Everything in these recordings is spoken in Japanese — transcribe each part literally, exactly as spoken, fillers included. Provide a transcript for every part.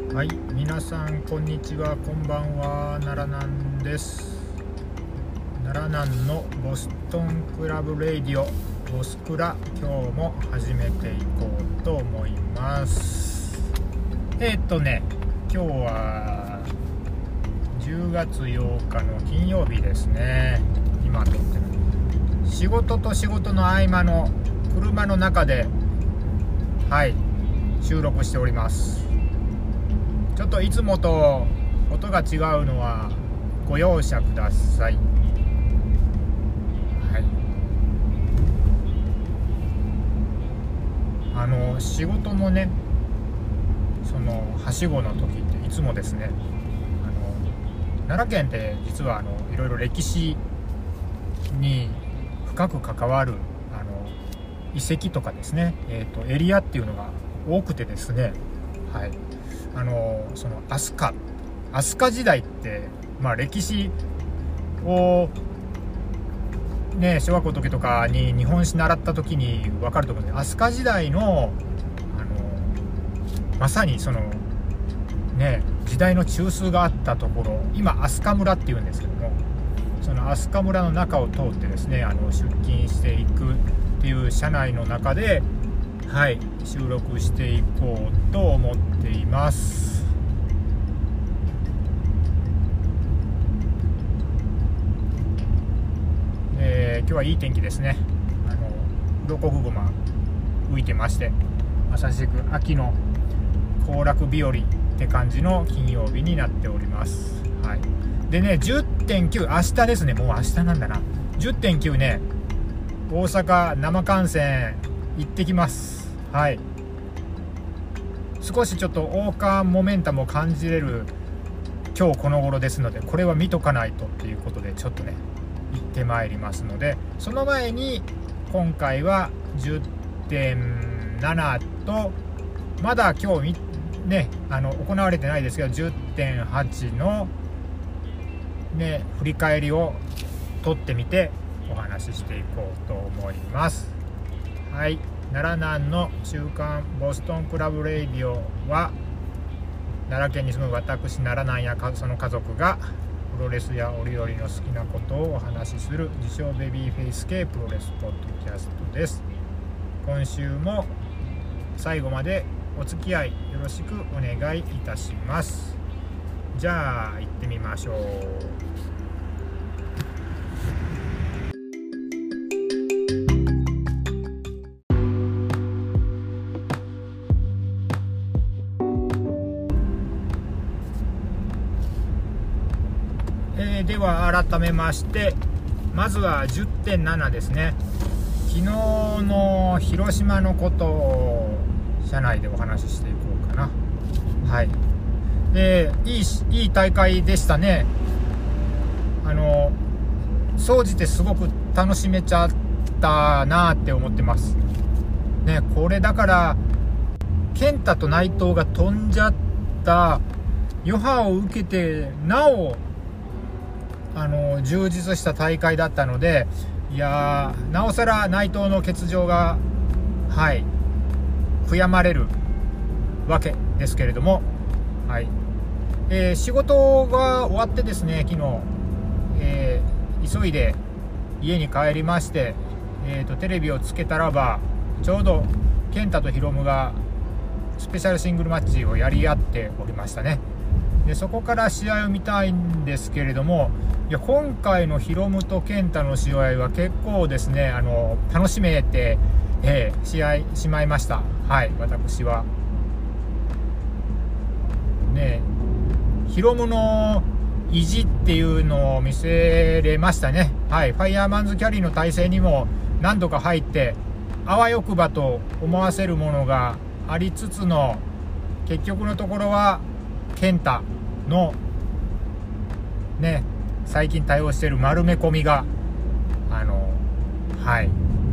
はい、皆さんこんにちは、こんばんは。奈良南です。奈良南のボストンクラブレイディオボスクラ、今日も始めていこうと思います。えー、っとね今日はじゅうがつようかの金曜日ですね。今撮ってる仕事と仕事の合間の車の中ではい収録しております。ちょっといつもと音が違うのはご容赦ください。はい、あの仕事のねそのはしごの時っていつもですね、あの奈良県って実はあのいろいろ歴史に深く関わるあの遺跡とかですね、えーと、エリアっていうのが多くてですね、はい、あのその飛鳥飛鳥時代って、まあ、歴史をね小学校の時とかに日本史習った時に分かると思うんですけど、飛鳥時代の、あのまさにそのね時代の中枢があったところ、今飛鳥村っていうんですけども、その飛鳥村の中を通ってですね、あの出勤していくっていう車内の中ではい収録していこうと思っています。えー、今日はいい天気ですね。あの鱗熊浮いてまして、まさしく秋の行楽日和って感じの金曜日になっております。はい、でね じゅってんきゅう 明日ですね。もう明日なんだな。 じゅってんきゅう ね、大阪生観戦行ってきます。はい、少しちょっと王冠モメンタムを感じれる今日この頃ですので、これは見とかないとっていうことでちょっとね行ってまいりますので、その前に今回は じゅってんなな とまだ今日ねあの行われてないですけど じゅってんはち のね振り返りを撮ってみてお話ししていこうと思います。はい、奈良南の週刊ボストンクラブレイディオは、奈良県に住む私奈良南やその家族がプロレスや折々の好きなことをお話しする自称ベビーフェイス系プロレスポッドキャストです。今週も最後までお付き合いよろしくお願いいたします。じゃあ行ってみましょう。えー、では改めまして、まずは じゅってんなな ですね。昨日の広島のことを社内でお話ししていこうかな。はい、でいいいい大会でしたね。あの総じてすごく楽しめちゃったなって思ってますね。これだから健太と内藤が飛んじゃった余波を受けてなおあの充実した大会だったので、いやなおさら内藤の欠場がはい悔やまれるわけですけれども、はい、えー、仕事が終わってですね、昨日、えー、急いで家に帰りまして、えーと、テレビをつけたらばちょうど健太とヒロムがスペシャルシングルマッチをやり合っておりましたね。でそこから試合を見たいんですけれども、いや今回のヒロムと健太の試合は結構ですね、あの楽しめて、えー、試合しまいました。はい、私はねヒロムの意地っていうのを見せれましたね。はい、ファイヤーマンズキャリーの体勢にも何度か入ってあわよくばと思わせるものがありつつの、結局のところは健太のね最近対応している丸め込みがあのはい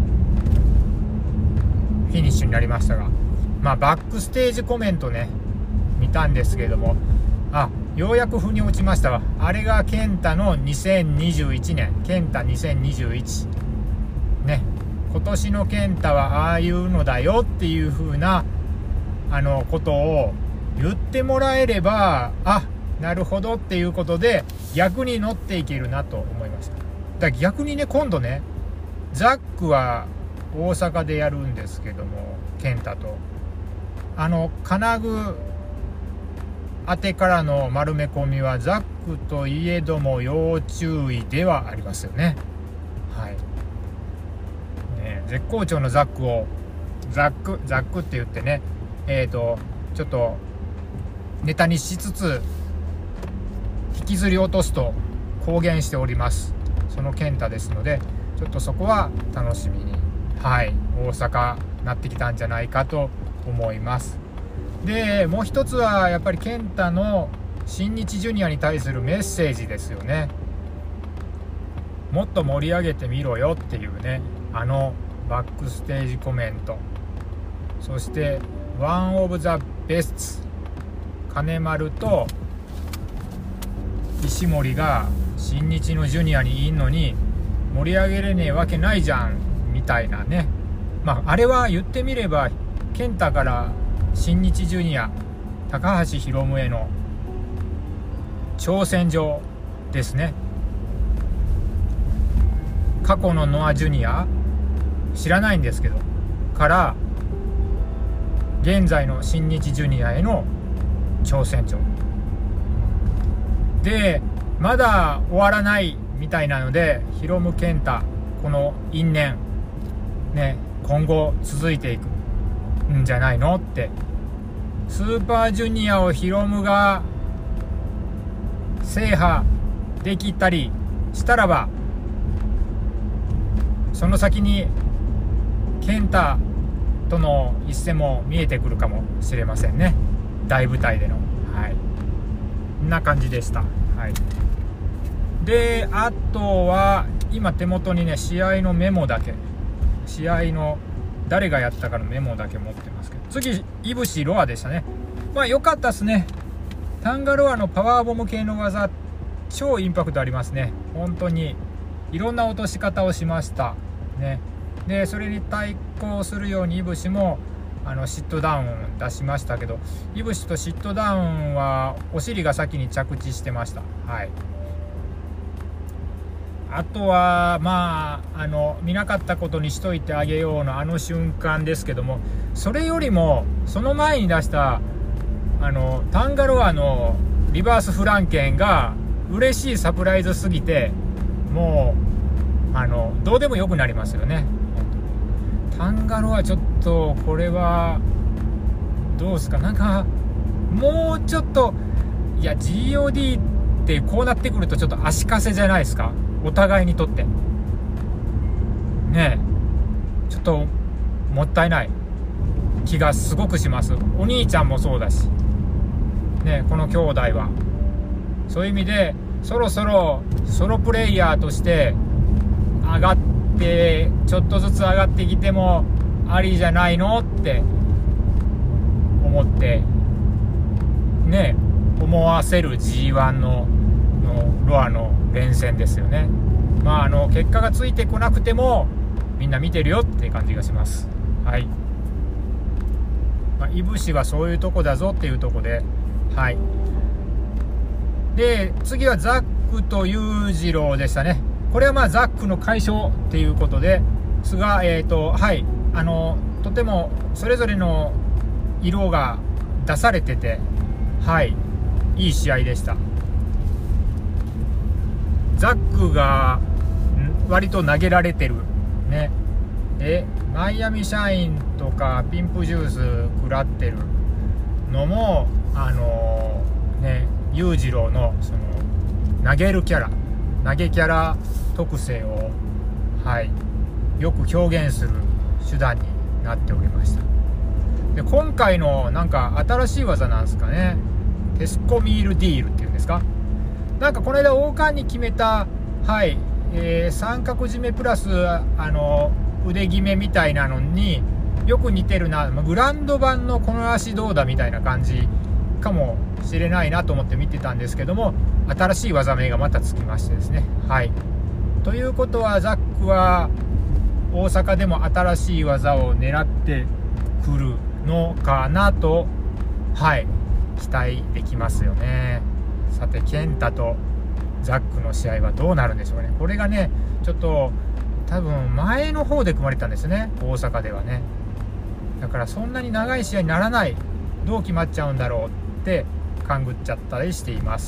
フィニッシュになりましたが、まあバックステージコメントね見たんですけれども、あようやく腑に落ちましたわ。あれが健太のにせんにじゅういちねん、健太にせんにじゅういちね、今年の健太はああいうのだよっていう風なあのことを言ってもらえれば、あ、なるほどっていうことで逆に乗っていけるなと思いました。だから逆にね、今度ね、ザックは大阪でやるんですけども、健太とあの金具当てからの丸め込みはザックといえども要注意ではありますよね。はいね、絶好調のザックをザックザックって言ってね、えーとちょっとネタにしつつ引きずり落とすと公言しております。その健太ですので、ちょっとそこは楽しみに、はい、大阪なってきたんじゃないかと思います。でもう一つはやっぱり健太の新日ジュニアに対するメッセージですよね。もっと盛り上げてみろよっていうね、あのバックステージコメント、そしてワンオブザベスト金丸と石森が新日のジュニアにいんのに盛り上げれねえわけないじゃんみたいなね。まああれは言ってみれば健太から新日ジュニア高橋宏夢への挑戦状ですね。過去のノアジュニア知らないんですけどから現在の新日ジュニアへの挑戦状で、まだ終わらないみたいなので、ヒロム健太この因縁ね、今後続いていくんじゃないのって。スーパージュニアをヒロムが制覇できたりしたらば、その先に健太との一戦も見えてくるかもしれませんね。大舞台での、はい、こんな感じでした。はい、であとは今手元にね、試合のメモだけ、試合の誰がやったかのメモだけ持ってますけど、次いぶしロアでしたね。まあ良かったですね。タンガロアのパワーボム系の技超インパクトありますね。本当にいろんな落とし方をしましたね。でそれに対抗するようにいぶしもあのシットダウン出しましたけど、いぶしとシットダウンはお尻が先に着地してました。はい、あとはまああの見なかったことにしといてあげようのあの瞬間ですけども、それよりもその前に出したあのタンガロアのリバースフランケンが嬉しいサプライズすぎて、もうあのどうでもよくなりますよね。タンガロアちょっとこれはどうですか、なんかもうちょっと、いや ジーオーディー ってこうなってくるとちょっと足かせじゃないですか、お互いにとってね。えちょっともったいない気がすごくします。お兄ちゃんもそうだしね、この兄弟はそういう意味でそろそろソロプレイヤーとして上がってちょっとずつ上がってきてもありじゃないのって思ってね、思わせる ジーワン の, のロアの連戦ですよね。まああの結果がついてこなくてもみんな見てるよって感じがします。はい、まあ、いぶしはそういうとこだぞっていうとこで、はい。で次はザックと裕次郎でしたね。これはまあザックの解消っていうことですが、えーとはい、あのとてもそれぞれの色が出されてて、はい、いい試合でした。ザックが割と投げられてるね。でマイアミシャインとかピンプジュース食らってるのもあのー、ね裕次郎のその投げるキャラ投げキャラ特性を、はい、よく表現する手段になっておりました。で今回のなんか新しい技なんですかね、テスコミールディールっていうんですか、なんかこの間王冠に決めた、はい、えー、三角締めプラスあの腕決めみたいなのによく似てるな、グランド版のこの足どうだみたいな感じかもしれないなと思って見てたんですけども、新しい技名がまたつきましてですね。はい、ということはザックは大阪でも新しい技を狙ってくるのかなと、はい、 期待できますよね。さて健太とザックの試合はどうなるんでしょうね。これがねちょっと多分前の方で組まれたんですね、大阪ではね。だからそんなに長い試合にならない、どう決まっちゃうんだろうって勘ぐっちゃったりしています。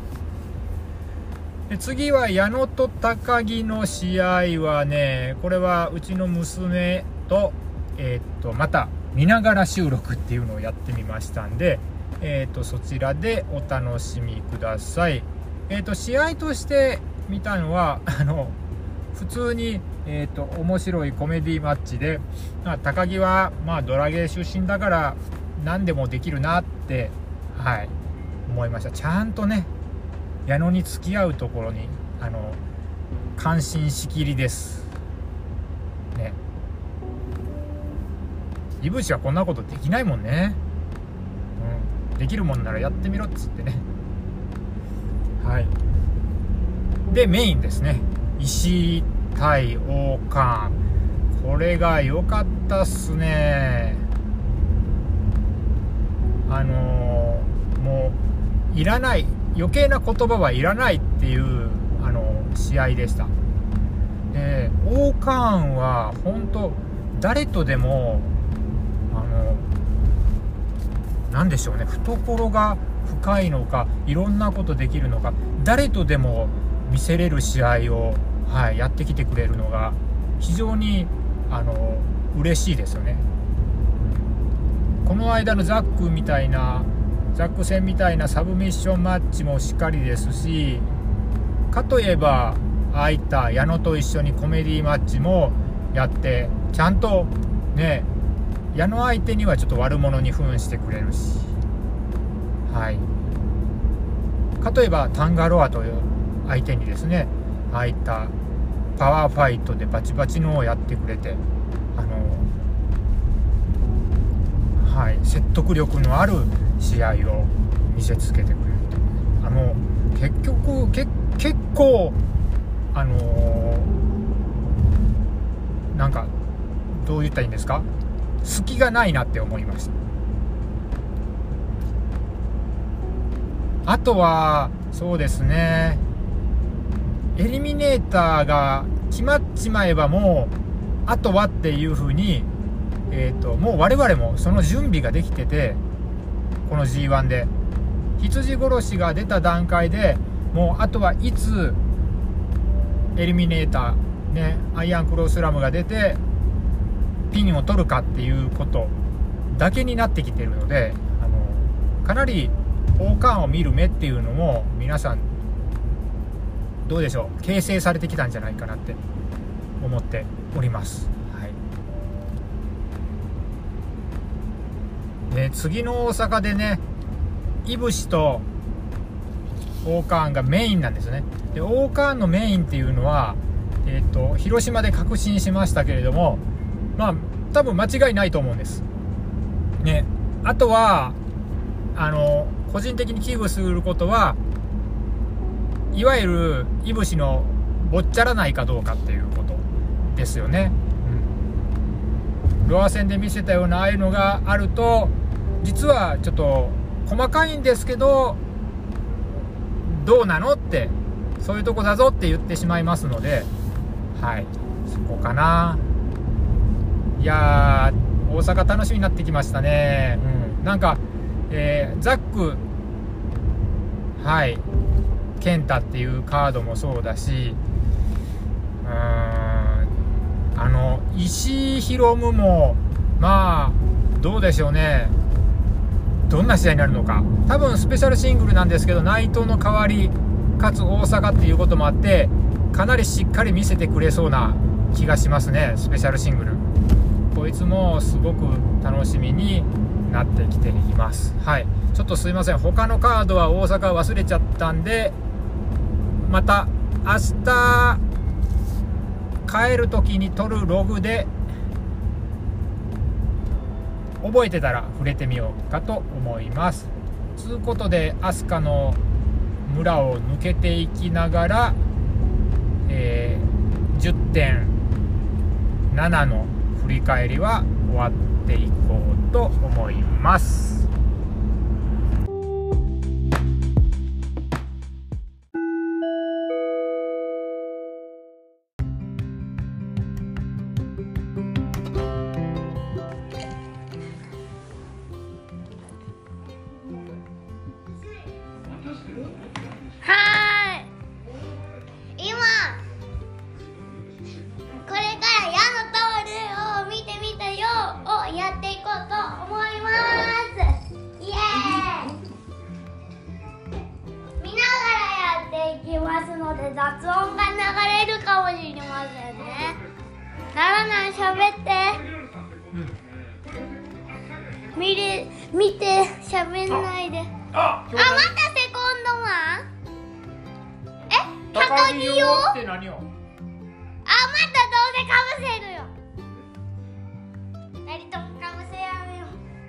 で次は矢野と高木の試合はね、これはうちの娘と、えー、っとまた見ながら収録っていうのをやってみましたんで、えー、っとそちらでお楽しみください。えー、っと試合として見たのはあの普通に、えー、と面白いコメディマッチで、まあ、高木は、まあ、ドラゲー出身だから何でもできるなって、はい、思いました。ちゃんとね矢野に付き合うところにあの感心しきりですね。いぶしはこんなことできないもんね、うん、できるもんならやってみろっつってね。はいでメインですね、石井対王冠、これが良かったっすね。あのー、もういらない余計な言葉はいらないっていうあの試合でした。で王冠は本当誰とでもあのなんでしょうね、懐が深いのかいろんなことできるのか、誰とでも見せれる試合を、はい、やってきてくれるのが非常にあの嬉しいですよね。この間のザックみたいなザック戦みたいなサブミッションマッチもしっかりですし、かといえばああいった矢野と一緒にコメディマッチもやってちゃんとね矢野相手にはちょっと悪者に扮してくれるし、はい、かといえばタンガロアという相手にですねああいったパワーファイトでバチバチのをやってくれて、あの、はい、説得力のある試合を見せつけてくれるという、あの結局け結構あのー、なんかどう言ったらいいんですか、隙がないなって思いました。あとはそうですね、エリミネーターが決まっちまえばもうあとはっていう風に、えーと、もう我々もその準備ができてて、この ジーワン で羊殺しが出た段階でもうあとはいつエリミネーターねアイアンクロースラムが出てピンを取るかっていうことだけになってきてるので、あのかなり王冠を見る目っていうのも皆さんどうでしょう、形成されてきたんじゃないかなって思っております。はい、で次の大阪でねいぶしと王冠がメインなんですね。で王冠のメインっていうのは、えーと、広島で確信しましたけれども、まあ多分間違いないと思うんですね。あとはあの個人的に危惧することはいわゆるいぶしのぼっちゃらないかどうかっていうことですよね、うん、ロア戦で見せたようなああいうのがあると実はちょっと細かいんですけどどうなのってそういうとこだぞって言ってしまいますので、はい、そこかな。いやー大阪楽しみになってきましたね、うん、なんか、えー、ザックはい健太っていうカードもそうだし、うーんあの石井宏夢もまあどうでしょうね、どんな試合になるのか。多分スペシャルシングルなんですけど内藤の代わりかつ大阪っていうこともあってかなりしっかり見せてくれそうな気がしますね。スペシャルシングルこいつもすごく楽しみになってきています。はい、ちょっとすいません、他のカードは大阪忘れちゃったんでまた明日帰る時に撮るログで覚えてたら触れてみようかと思います。ということで飛鳥の村を抜けていきながら、えー、じゅってんなな の振り返りは終わっていこうと思います。 雑音が流れるかもしれませんね。ならない喋って、うん、見れ見て喋んないで。あ、あ、またセコンドマン。え、高木よって何よ。あ、またどうせかぶせるよ。二人ともかぶせやめよ。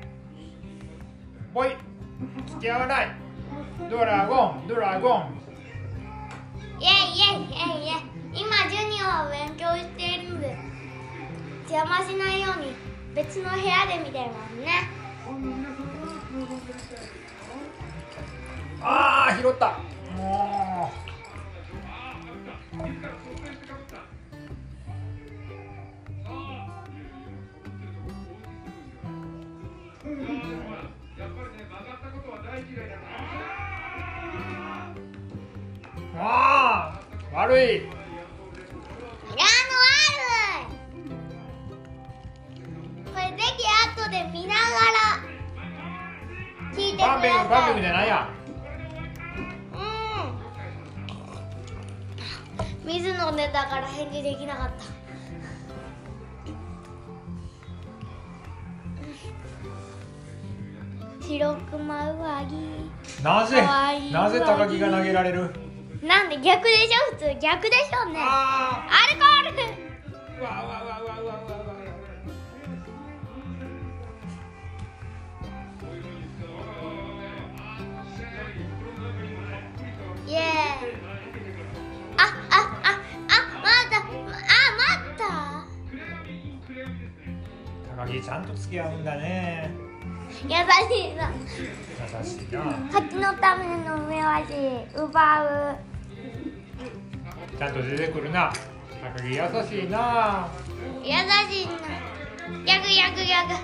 ボイ付き合わない。ドラゴンドラゴン。 イエイイエイイエイイエイ。今ジュニアは勉強しているので邪魔しないように別の部屋で見てますね。 ああ、拾った。もうああ、悪い。 いや、あの悪い。これぜひ後で見ながら聞いてください。 バンビングバンビングじゃないや。 うん。水野ネタから返事できなかった。白熊上着。 なぜなぜ高木が投げられる。 なんで逆でしょ。普通逆でしょうね。 あアルコール。 うわうわうわうわうわうわうわ。 イエーイ。ああああ、まだ、あ、待った。 高木ちゃんと付き合うんだね。 優しいな。 優しいな。 勝ちのための目足奪う。 ちゃんと出てくるな。高木優しいな。 優しいな。逆逆逆逆だよ。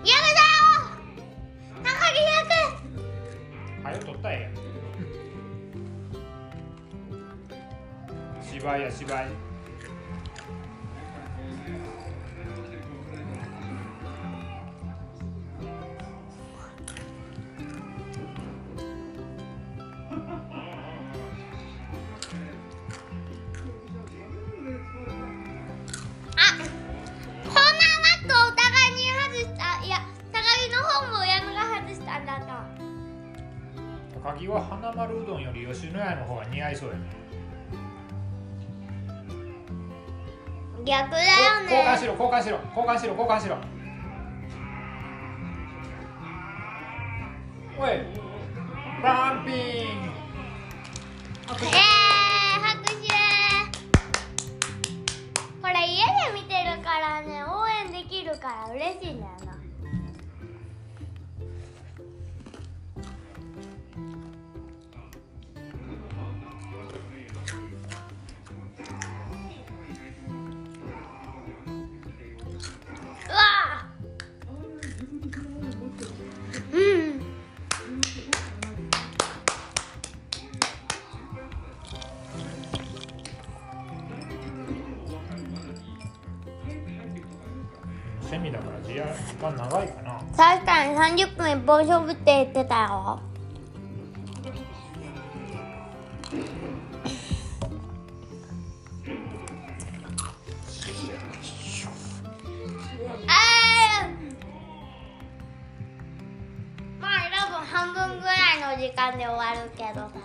高木逆。 はよ取ったらええやん。芝居や芝居。高木は花丸うどんより吉野家の方が似合いそうやね。 逆だよね。 交換しろ交換しろ交換しろ交換しろ。おいバンピング。 えー、拍手。これ家で見てるからね、応援できるから嬉しいんだよな。 セミだから時間長いかな。 確かにさんじゅっぷん一本勝負って言ってたよ。まあ多分半分ぐらいの時間で終わるけどさ。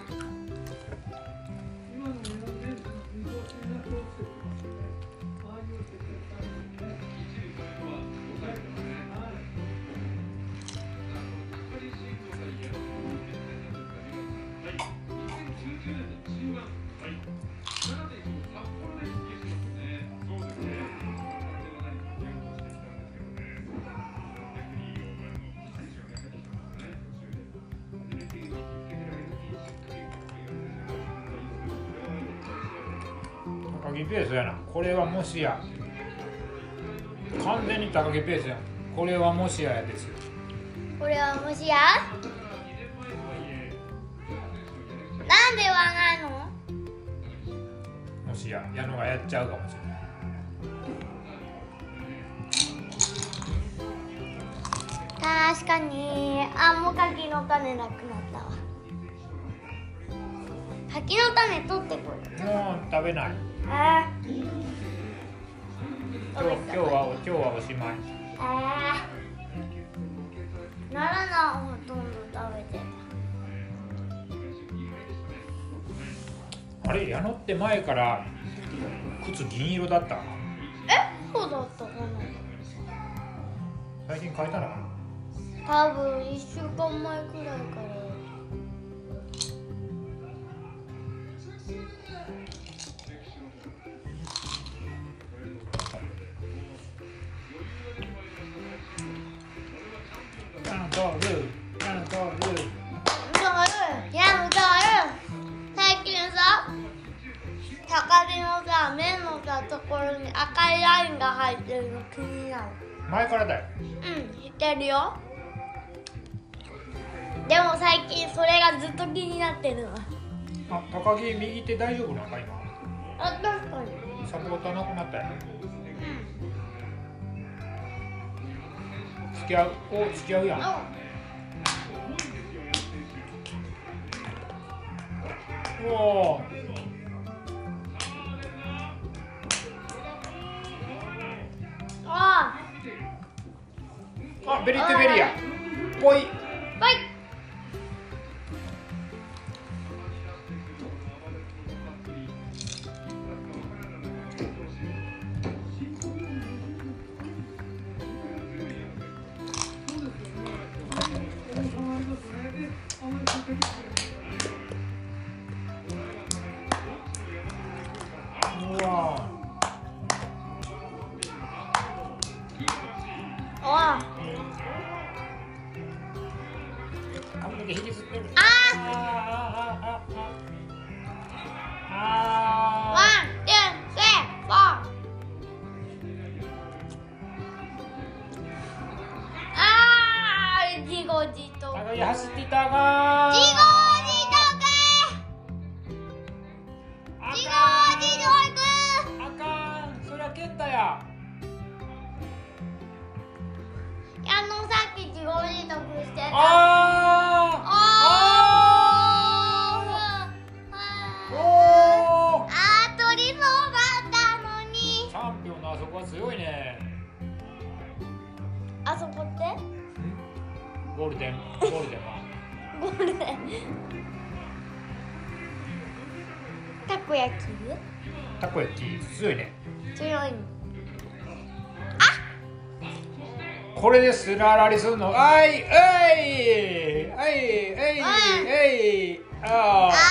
高木ペースやな。これはもしや完全に高木ペースやん。これはもしややですよ。 これはもしやなんではないの。 もしや矢野がやっちゃうかもしれない。 確かに、あ、もう鍵の金なくなったわ。 柿の種取ってこい。 もう食べない。 あ今日今日は今日はおしまい。 あーならなほとんど食べてあれ矢野って前から靴銀色だった。 た。えそうだったかな。 最近変えたのかな。 多分いっしゅうかんまえくらいからヤントルヤントルやむとある。最近さ高木のさ目のさところに赤いラインが入ってるの気になる。 前からだよ。 うん知ってるよ。でも最近それがずっと気になってるの。 あ、高木右手大丈夫なのか今。 あ確かに。 サポーターなくなったよ。付き合うお付き合うやん。おお。 ああ、ベリートゥベリア。ぽい。 バイうわ。 あ髪の毛引きずってる。 あああああああ。 ワン、ツー、スリー、フォー。あー、自業自得。 高木走っていたが。 自業自得。自業自得。 あかん、そりゃ健太や。 あのさっき自業自得してた。 ああー。 ーおー。 あー、取りそうだったのに。 チャンピオンのあそこは強いね。 あそこってゴールデン、ゴールデンは。 ゴールデンたこ焼きたこ焼き強いね。 強いの。 これでスララリするの。あい、えい、えい、えい、えい、あああ。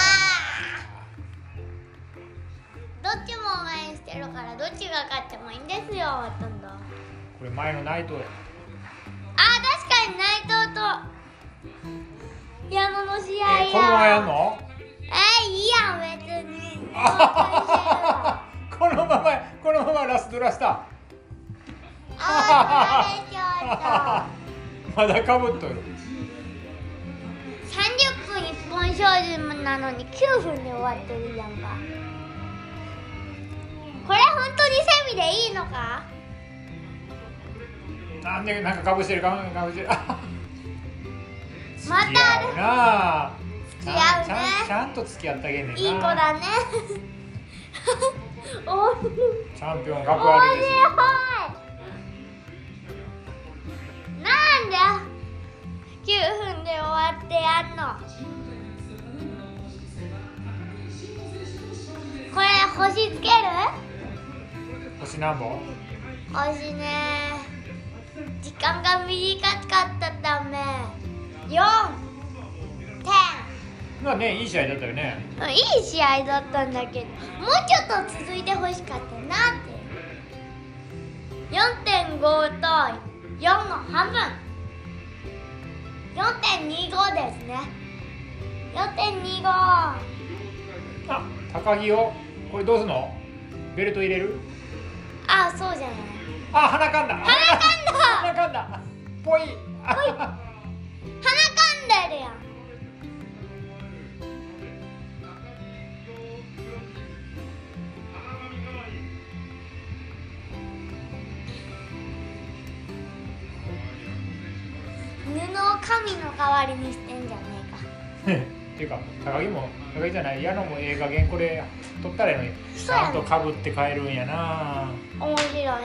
ーどっちも応援してるからどっちが勝ってもいいんですよほとんど。あこれ前の内藤や。 ー確かに内藤と矢野の試合や。 え、このままやんの？ えー、いいやん別に。 このまま、このままラストラスタあー、疲れちゃった。 まだかぶっとる。 さんじゅっぷん一本勝負なのにきゅうふんで終わってるやんか。これ本当にセミでいいのか？ なんでなんかかぶしてるかかぶしてる。 また付き合うなあ。 付き合うねちゃんちゃんと付き合ってあげんねんな。 いい子だね。おいチャンピオン格おい悪いですよ。 なんできゅうふんで終わってやんの？これ星つける？ 星何本？ 星ね時間が短かったためよんてん。 まあね、いい試合だったよね。 いい試合だったんだけどもうちょっと続いてほしかったなって。 よんてんご とよんの半分 よんてんにご ですね。 よんてんにご。 あ、高木をこれどうすんの？ベルト入れる？ あ、そうじゃない。 あ、鼻かんだ。 鼻かんだ鼻かんだ。ぽい。 鼻かんでるやん。布を紙の代わりにしてんじゃねえか。 っていうか高木も高木じゃない矢野も映画原これ撮ったらいいのにちゃんとかぶって帰るんやな。 面白いな。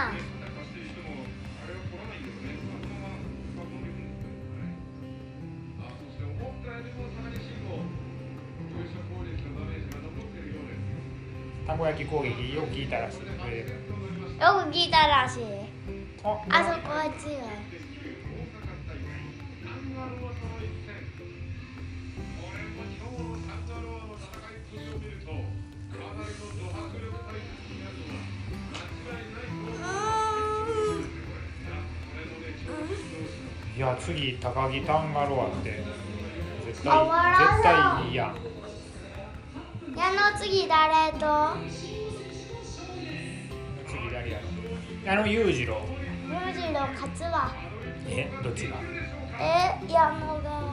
たこ焼き攻撃よく聞いたらしい。 よく聞いたらしい。 あ、 あそこは強い。 いや次高木タンガロアって絶対あわら絶対いいやん。 矢の次誰と？ 次誰やろ。矢野裕次郎。 裕次郎勝つわ。 え、どっちが？ え、矢野が。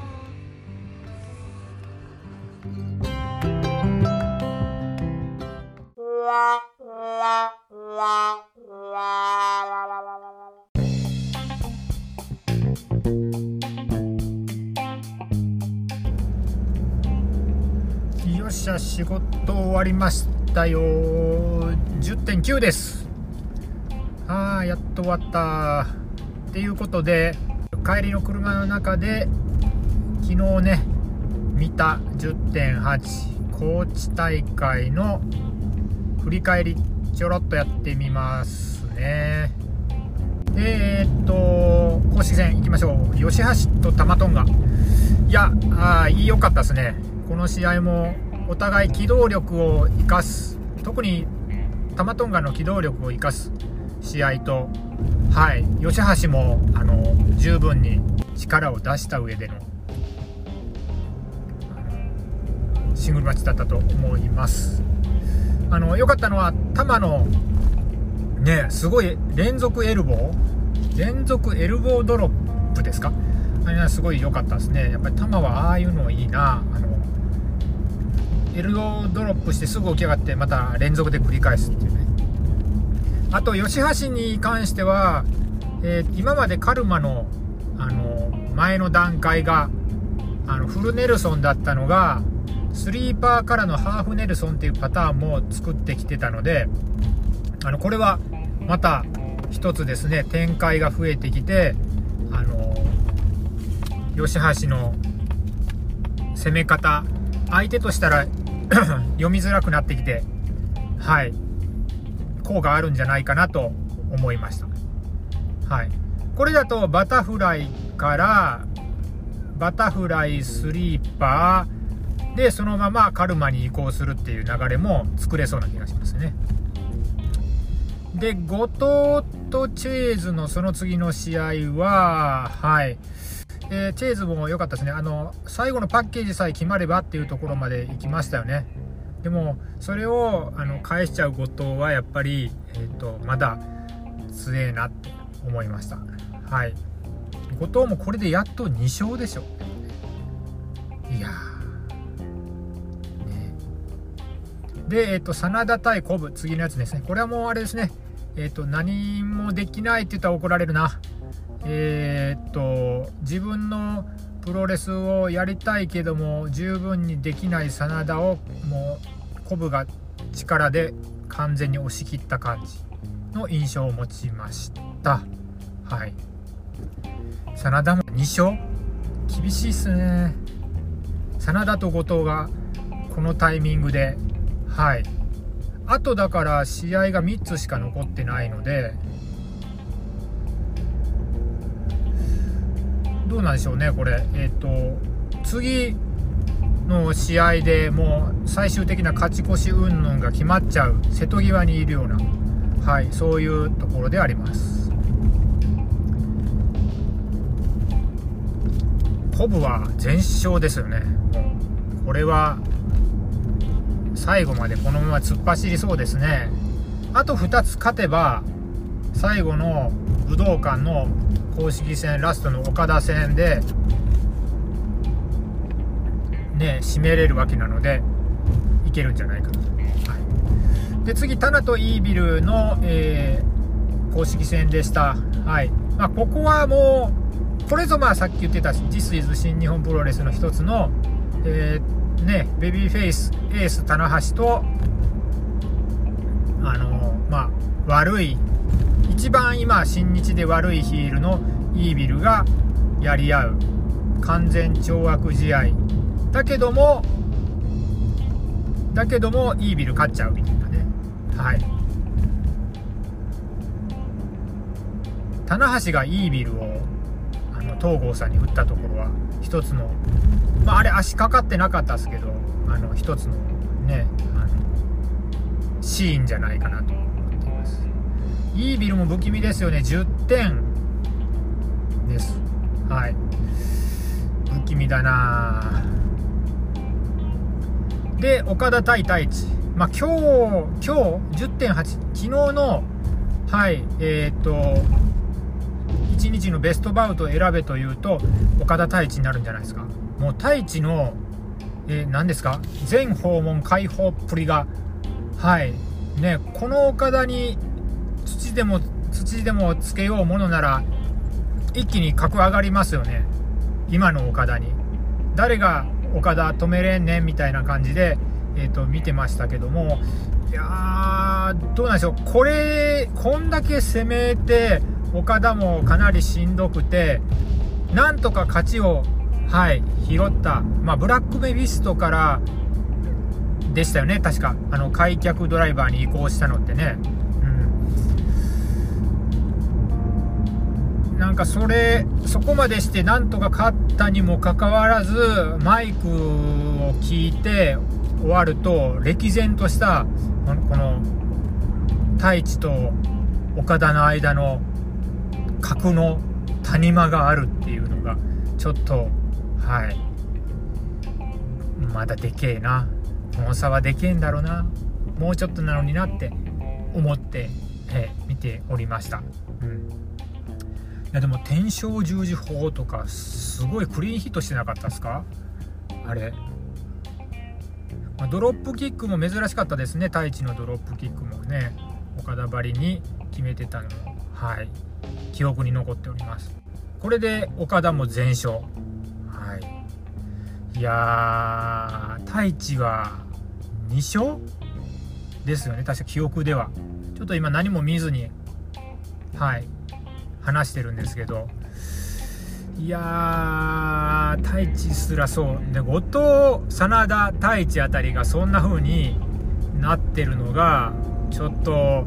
よっしゃ、仕事終わりましたよ。じゅってんきゅうです。あーやっと終わったっていうことで、帰りの車の中で昨日ね見た じゅってんはち 高知大会の振り返りちょろっとやってみますね。えー、っと公式戦いきましょう。吉橋と玉トンガ、いやあいいよかったですね。この試合もお互い機動力を生かす、特に玉トンガの機動力を生かす試合と、はい、吉橋もあの十分に力を出した上でのシングルマッチだったと思います。あの良かったのは玉のね、すごい連続エルボー連続エルボードロップですか、あれはすごい良かったですね。やっぱり玉はああいうのいいな。あのエルボードロップしてすぐ起き上がってまた連続で繰り返すっていうね。あと吉橋に関しては、えー、今までカルマの、あの前の段階があのフルネルソンだったのがスリーパーからのハーフネルソンっていうパターンも作ってきてたので、あのこれはまた一つですね、展開が増えてきて、あの吉橋の攻め方、相手としたら読みづらくなってきて、はい、効果あるんじゃないかなと思いました。はい、これだとバタフライからバタフライスリーパーでそのままカルマに移行するっていう流れも作れそうな気がしますね。で後藤とチェーズのその次の試合は、はい、えー、チェーズも良かったですね。あの最後のパッケージさえ決まればっていうところまで行きましたよね。でもそれをあの返しちゃう後藤はやっぱり、えーと、まだ強えなって思いました。はい、後藤もこれでやっとに勝でしょ。いやー、ね、で、えーと、真田対コブ、次のやつですね。これはもうあれですね、えーと、何もできないって言ったら怒られるな。えー、っと自分のプロレスをやりたいけども十分にできない真田をもうコブが力で完全に押し切った感じの印象を持ちました。はい、真田もに勝、厳しいっすね。真田と後藤がこのタイミングで、はい、あとだから試合がみっつしか残ってないので、どうなんでしょうねこれ。えっと次の試合でもう最終的な勝ち越し云々が決まっちゃう瀬戸際にいるような、はい、そういうところであります。コブは全勝ですよね。もうこれは最後までこのまま突っ走りそうですね。あとふたつ勝てば最後の武道館の公式戦ラストの岡田戦でね締めれるわけなのでいけるんじゃないかと。はい、で次タナとイービルの、えー、公式戦でした。はい、まあ、ここはもうこれぞまあさっき言ってた This is 新日本プロレスの一つのえー、ねベビーフェイスエース棚橋とあのまあ悪い一番今新日で悪いヒールのイービルがやり合う完全懲悪試合だけどもだけどもイービル勝っちゃうみたいなね。はい、棚橋がイービルをあの東郷さんに打ったところは一つの、まあ、あれ足かかってなかったですけどあの一つのねあのシーンじゃないかなと思っています。イービルも不気味ですよね。じゅってんです。はい、不気味だな。で岡田対太一、まあ、今日今日 じゅってんはち 昨日のはいえっ、ー、といちにちのベストバウトを選べというと岡田太一になるんじゃないですか。もう太一の、えー、何ですか全訪問解放っぷりがはいね、この岡田に土でも土でもつけようものなら一気に格上がりますよね。今の岡田に誰が岡田止めれんねんみたいな感じで、えーと、見てましたけども、いやーどうなんでしょう。これこんだけ攻めて岡田もかなりしんどくてなんとか勝ちをはい拾った、まあ、ブラックメフィストからでしたよね確か。あの開脚ドライバーに移行したのってね、うん、なんかそれそこまでしてなんとか勝ったにもかかわらずマイクを聞いて終わると歴然としたこの、この太一と岡田の間の格の谷間があるっていうのがちょっとはいまだでけえな、この差はでけえんだろうな、もうちょっとなのになって思って、えー、見ておりました。うん、いやでも天正十字砲とかすごいクリーンヒットしてなかったですかあれ、まあ、ドロップキックも珍しかったですね。太一のドロップキックもね岡田ばりに決めてたのもはい記憶に残っております。これで岡田も全勝。はい、いやー太一はに勝ですよね確か記憶では。ちょっと今何も見ずにはい話してるんですけど、いやー太一すらそうで後藤真田太一あたりがそんな風になってるのがちょっと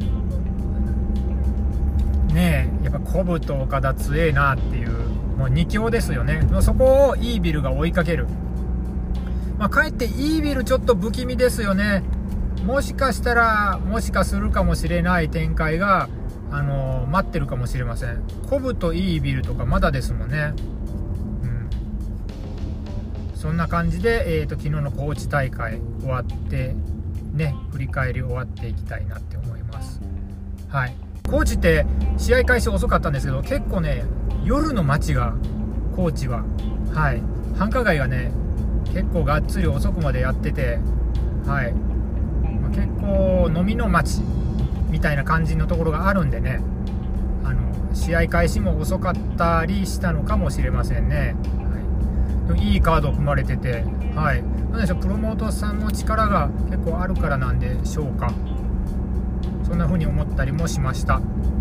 ねえやっぱコブと岡田強えなっていうもうに強ですよね。そこをイービルが追いかける。まあ、かえってイービルちょっと不気味ですよね。もしかしたらもしかするかもしれない展開が、あのー、待ってるかもしれません。コブとイービルとかまだですもんね。うん、そんな感じで、えーと、昨日の高知大会終わってね振り返り終わっていきたいなって思います。はい、高知って試合開始遅かったんですけど結構ね夜の街が高知ははい繁華街がね結構がっつり遅くまでやってて、はい、まあ、結構飲みの街みたいな感じのところがあるんでね、あの試合開始も遅かったりしたのかもしれませんね。はい、でもいいカード組まれてて、はい、なんでしょうプロモーターさんの力が結構あるからなんでしょうか。そんな風に思ったりもしました。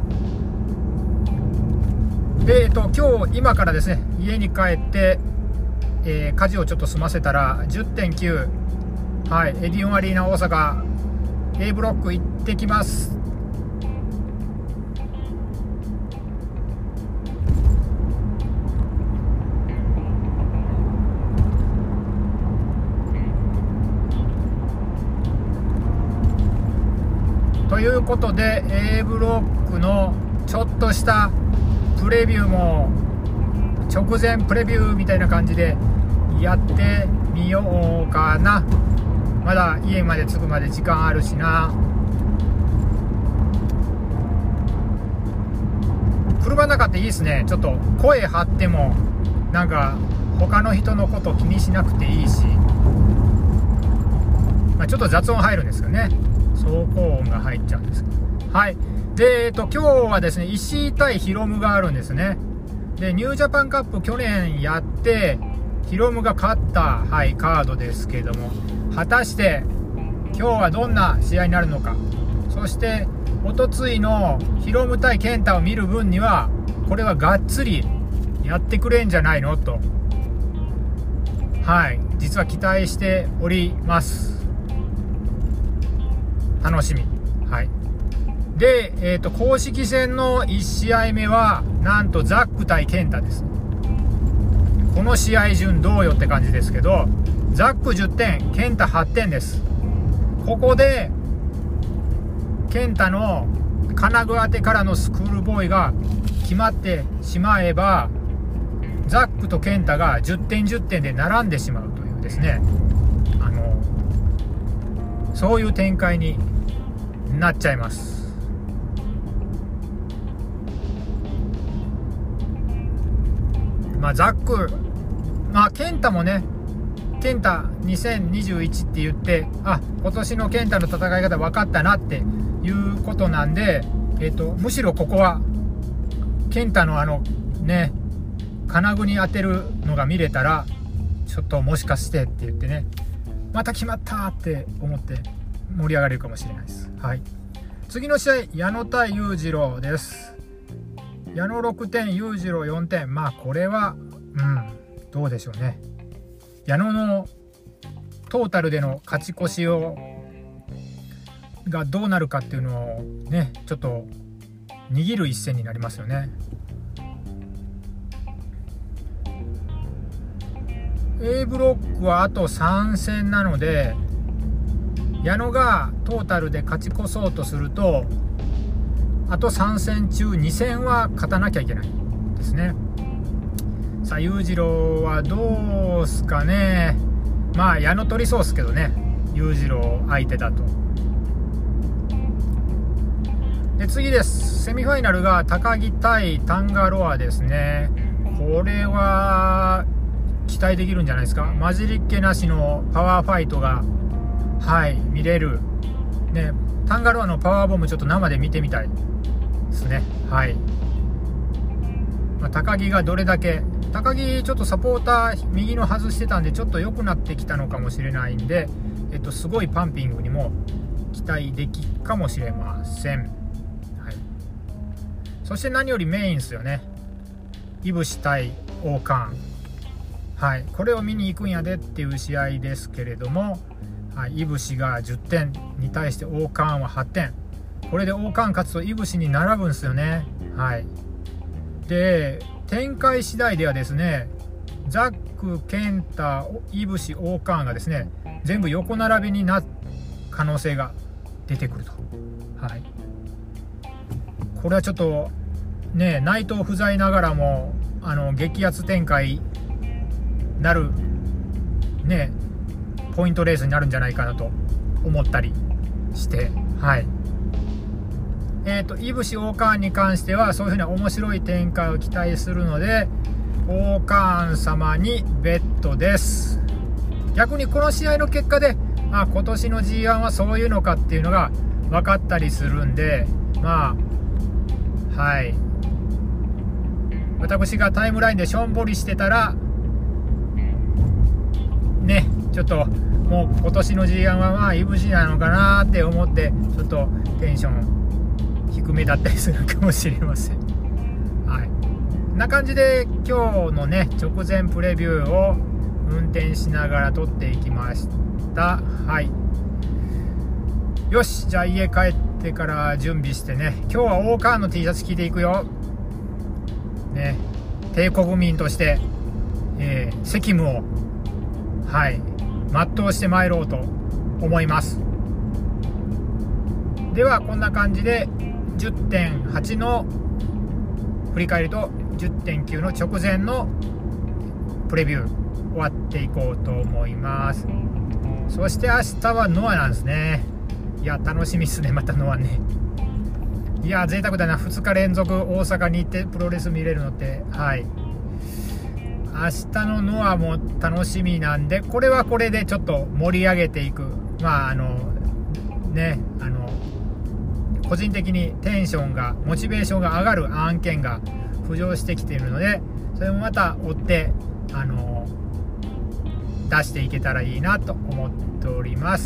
で、えっと、今日今からですね家に帰って、えー、家事をちょっと済ませたら じゅってんきゅう、はい、エディオンアリーナ大阪 A ブロック行ってきます。ということで A ブロックのちょっとしたプレビューも直前プレビューみたいな感じでやってみようかな。まだ家まで着くまで時間あるしな。車の中っていいですね。ちょっと声張ってもなんか他の人のこと気にしなくていいし、まあ、ちょっと雑音入るんですよね。走行音が入っちゃうんですけど、はい。で、えっと、今日はですね石井対ヒロムがあるんですね。でニュージャパンカップ去年やってヒロムが勝った、はい、カードですけども、果たして今日はどんな試合になるのか。そしておとついのヒロム対ケンタを見る分にはこれはがっつりやってくれんじゃないのと、はい、実は期待しております。楽しみ。はい。で、えーと、公式戦のいち試合目はなんとザック対ケンタです。この試合順どうよって感じですけど、ザックじゅってん、ケンタはってんです。ここでケンタの金具当てからのスクールボーイが決まってしまえば、ザックとケンタがじゅってんじゅってんで並んでしまうというですね、あのそういう展開になっちゃいます。まあザック、まあケンタもね、ケンタにせんにじゅういちって言って、あ、今年のケンタの戦い方分かったなっていうことなんで、えっとむしろここはケンタのあのね、金具に当てるのが見れたら、ちょっともしかしてって言ってね、また決まったって思って盛り上がれるかもしれないです。はい。次の試合、矢野対裕次郎です。矢野ろくてん、裕次郎よんてん。まあこれはうんどうでしょうね。矢野のトータルでの勝ち越しをがどうなるかっていうのをね、ちょっと握る一戦になりますよね。A ブロックはあとさん戦なので、矢野がトータルで勝ち越そうとすると、あとさん戦中に戦は勝たなきゃいけないですね。さあ裕次郎はどうすかね。まあ矢野取りそうですけどね、裕次郎相手だと。で次です。セミファイナルが高木対タンガロアですね。これは期待できるんじゃないですか。混じりっ気なしのパワーファイトが、はい見れるね。タンガロアのパワーボムちょっと生で見てみたいですね。はい、まあ、高木がどれだけ、高木ちょっとサポーター右の外してたんでちょっと良くなってきたのかもしれないんで、えっと、すごいパンピングにも期待できるかもしれません。はい、そして何よりメインですよね。いぶし対王冠、はい、これを見に行くんやでっていう試合ですけれども、はい、いぶしがじゅってんに対して王冠ははってん。これで王冠勝つといぶしに並ぶんですよね。はい、で展開次第ではですね、ザック、ケンタ、いぶし、王冠がですね全部横並びになる可能性が出てくると。はい、これはちょっとね、内藤不在ながらもあの激アツ展開なるね、ポイントレースになるんじゃないかなと思ったりして、はい。えっといぶし王冠に関してはそういうふうな面白い展開を期待するので、王冠様にベットです。逆にこの試合の結果で、あ、今年の ジーワン はそういうのかっていうのが分かったりするんで、まあはい、私がタイムラインでしょんぼりしてたらね、ちょっともう今年の ジーワン はまあいぶしなのかなって思ってちょっとテンション低めだったりするかもしれません。はい、こんな感じで今日のね直前プレビューを運転しながら撮っていきました。はい、よし、じゃあ家帰ってから準備してね、今日は王冠の T シャツ着ていくよね。帝国民として、えー、責務をはい全うしてまいろうと思います。ではこんな感じで じゅってんはち の振り返りと じゅってんきゅう の直前のプレビュー終わっていこうと思います。そして明日はノアなんですね。いや楽しみですね。またノアね、いや贅沢だな。ふつか連続大阪に行ってプロレス見れるのって、はい明日のノアも楽しみなんで、これはこれでちょっと盛り上げていく、まああのねあの個人的にテンションがモチベーションが上がる案件が浮上してきているので、それもまた追ってあの出していけたらいいなと思っております。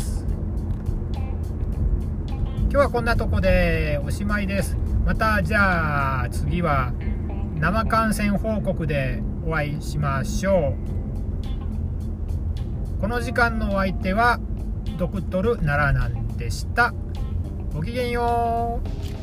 今日はこんなとこでおしまいです。またじゃあ次は生観戦報告でお会いしましょう。この時間のお相手はドクトル奈良なんでした。ごきげんよう。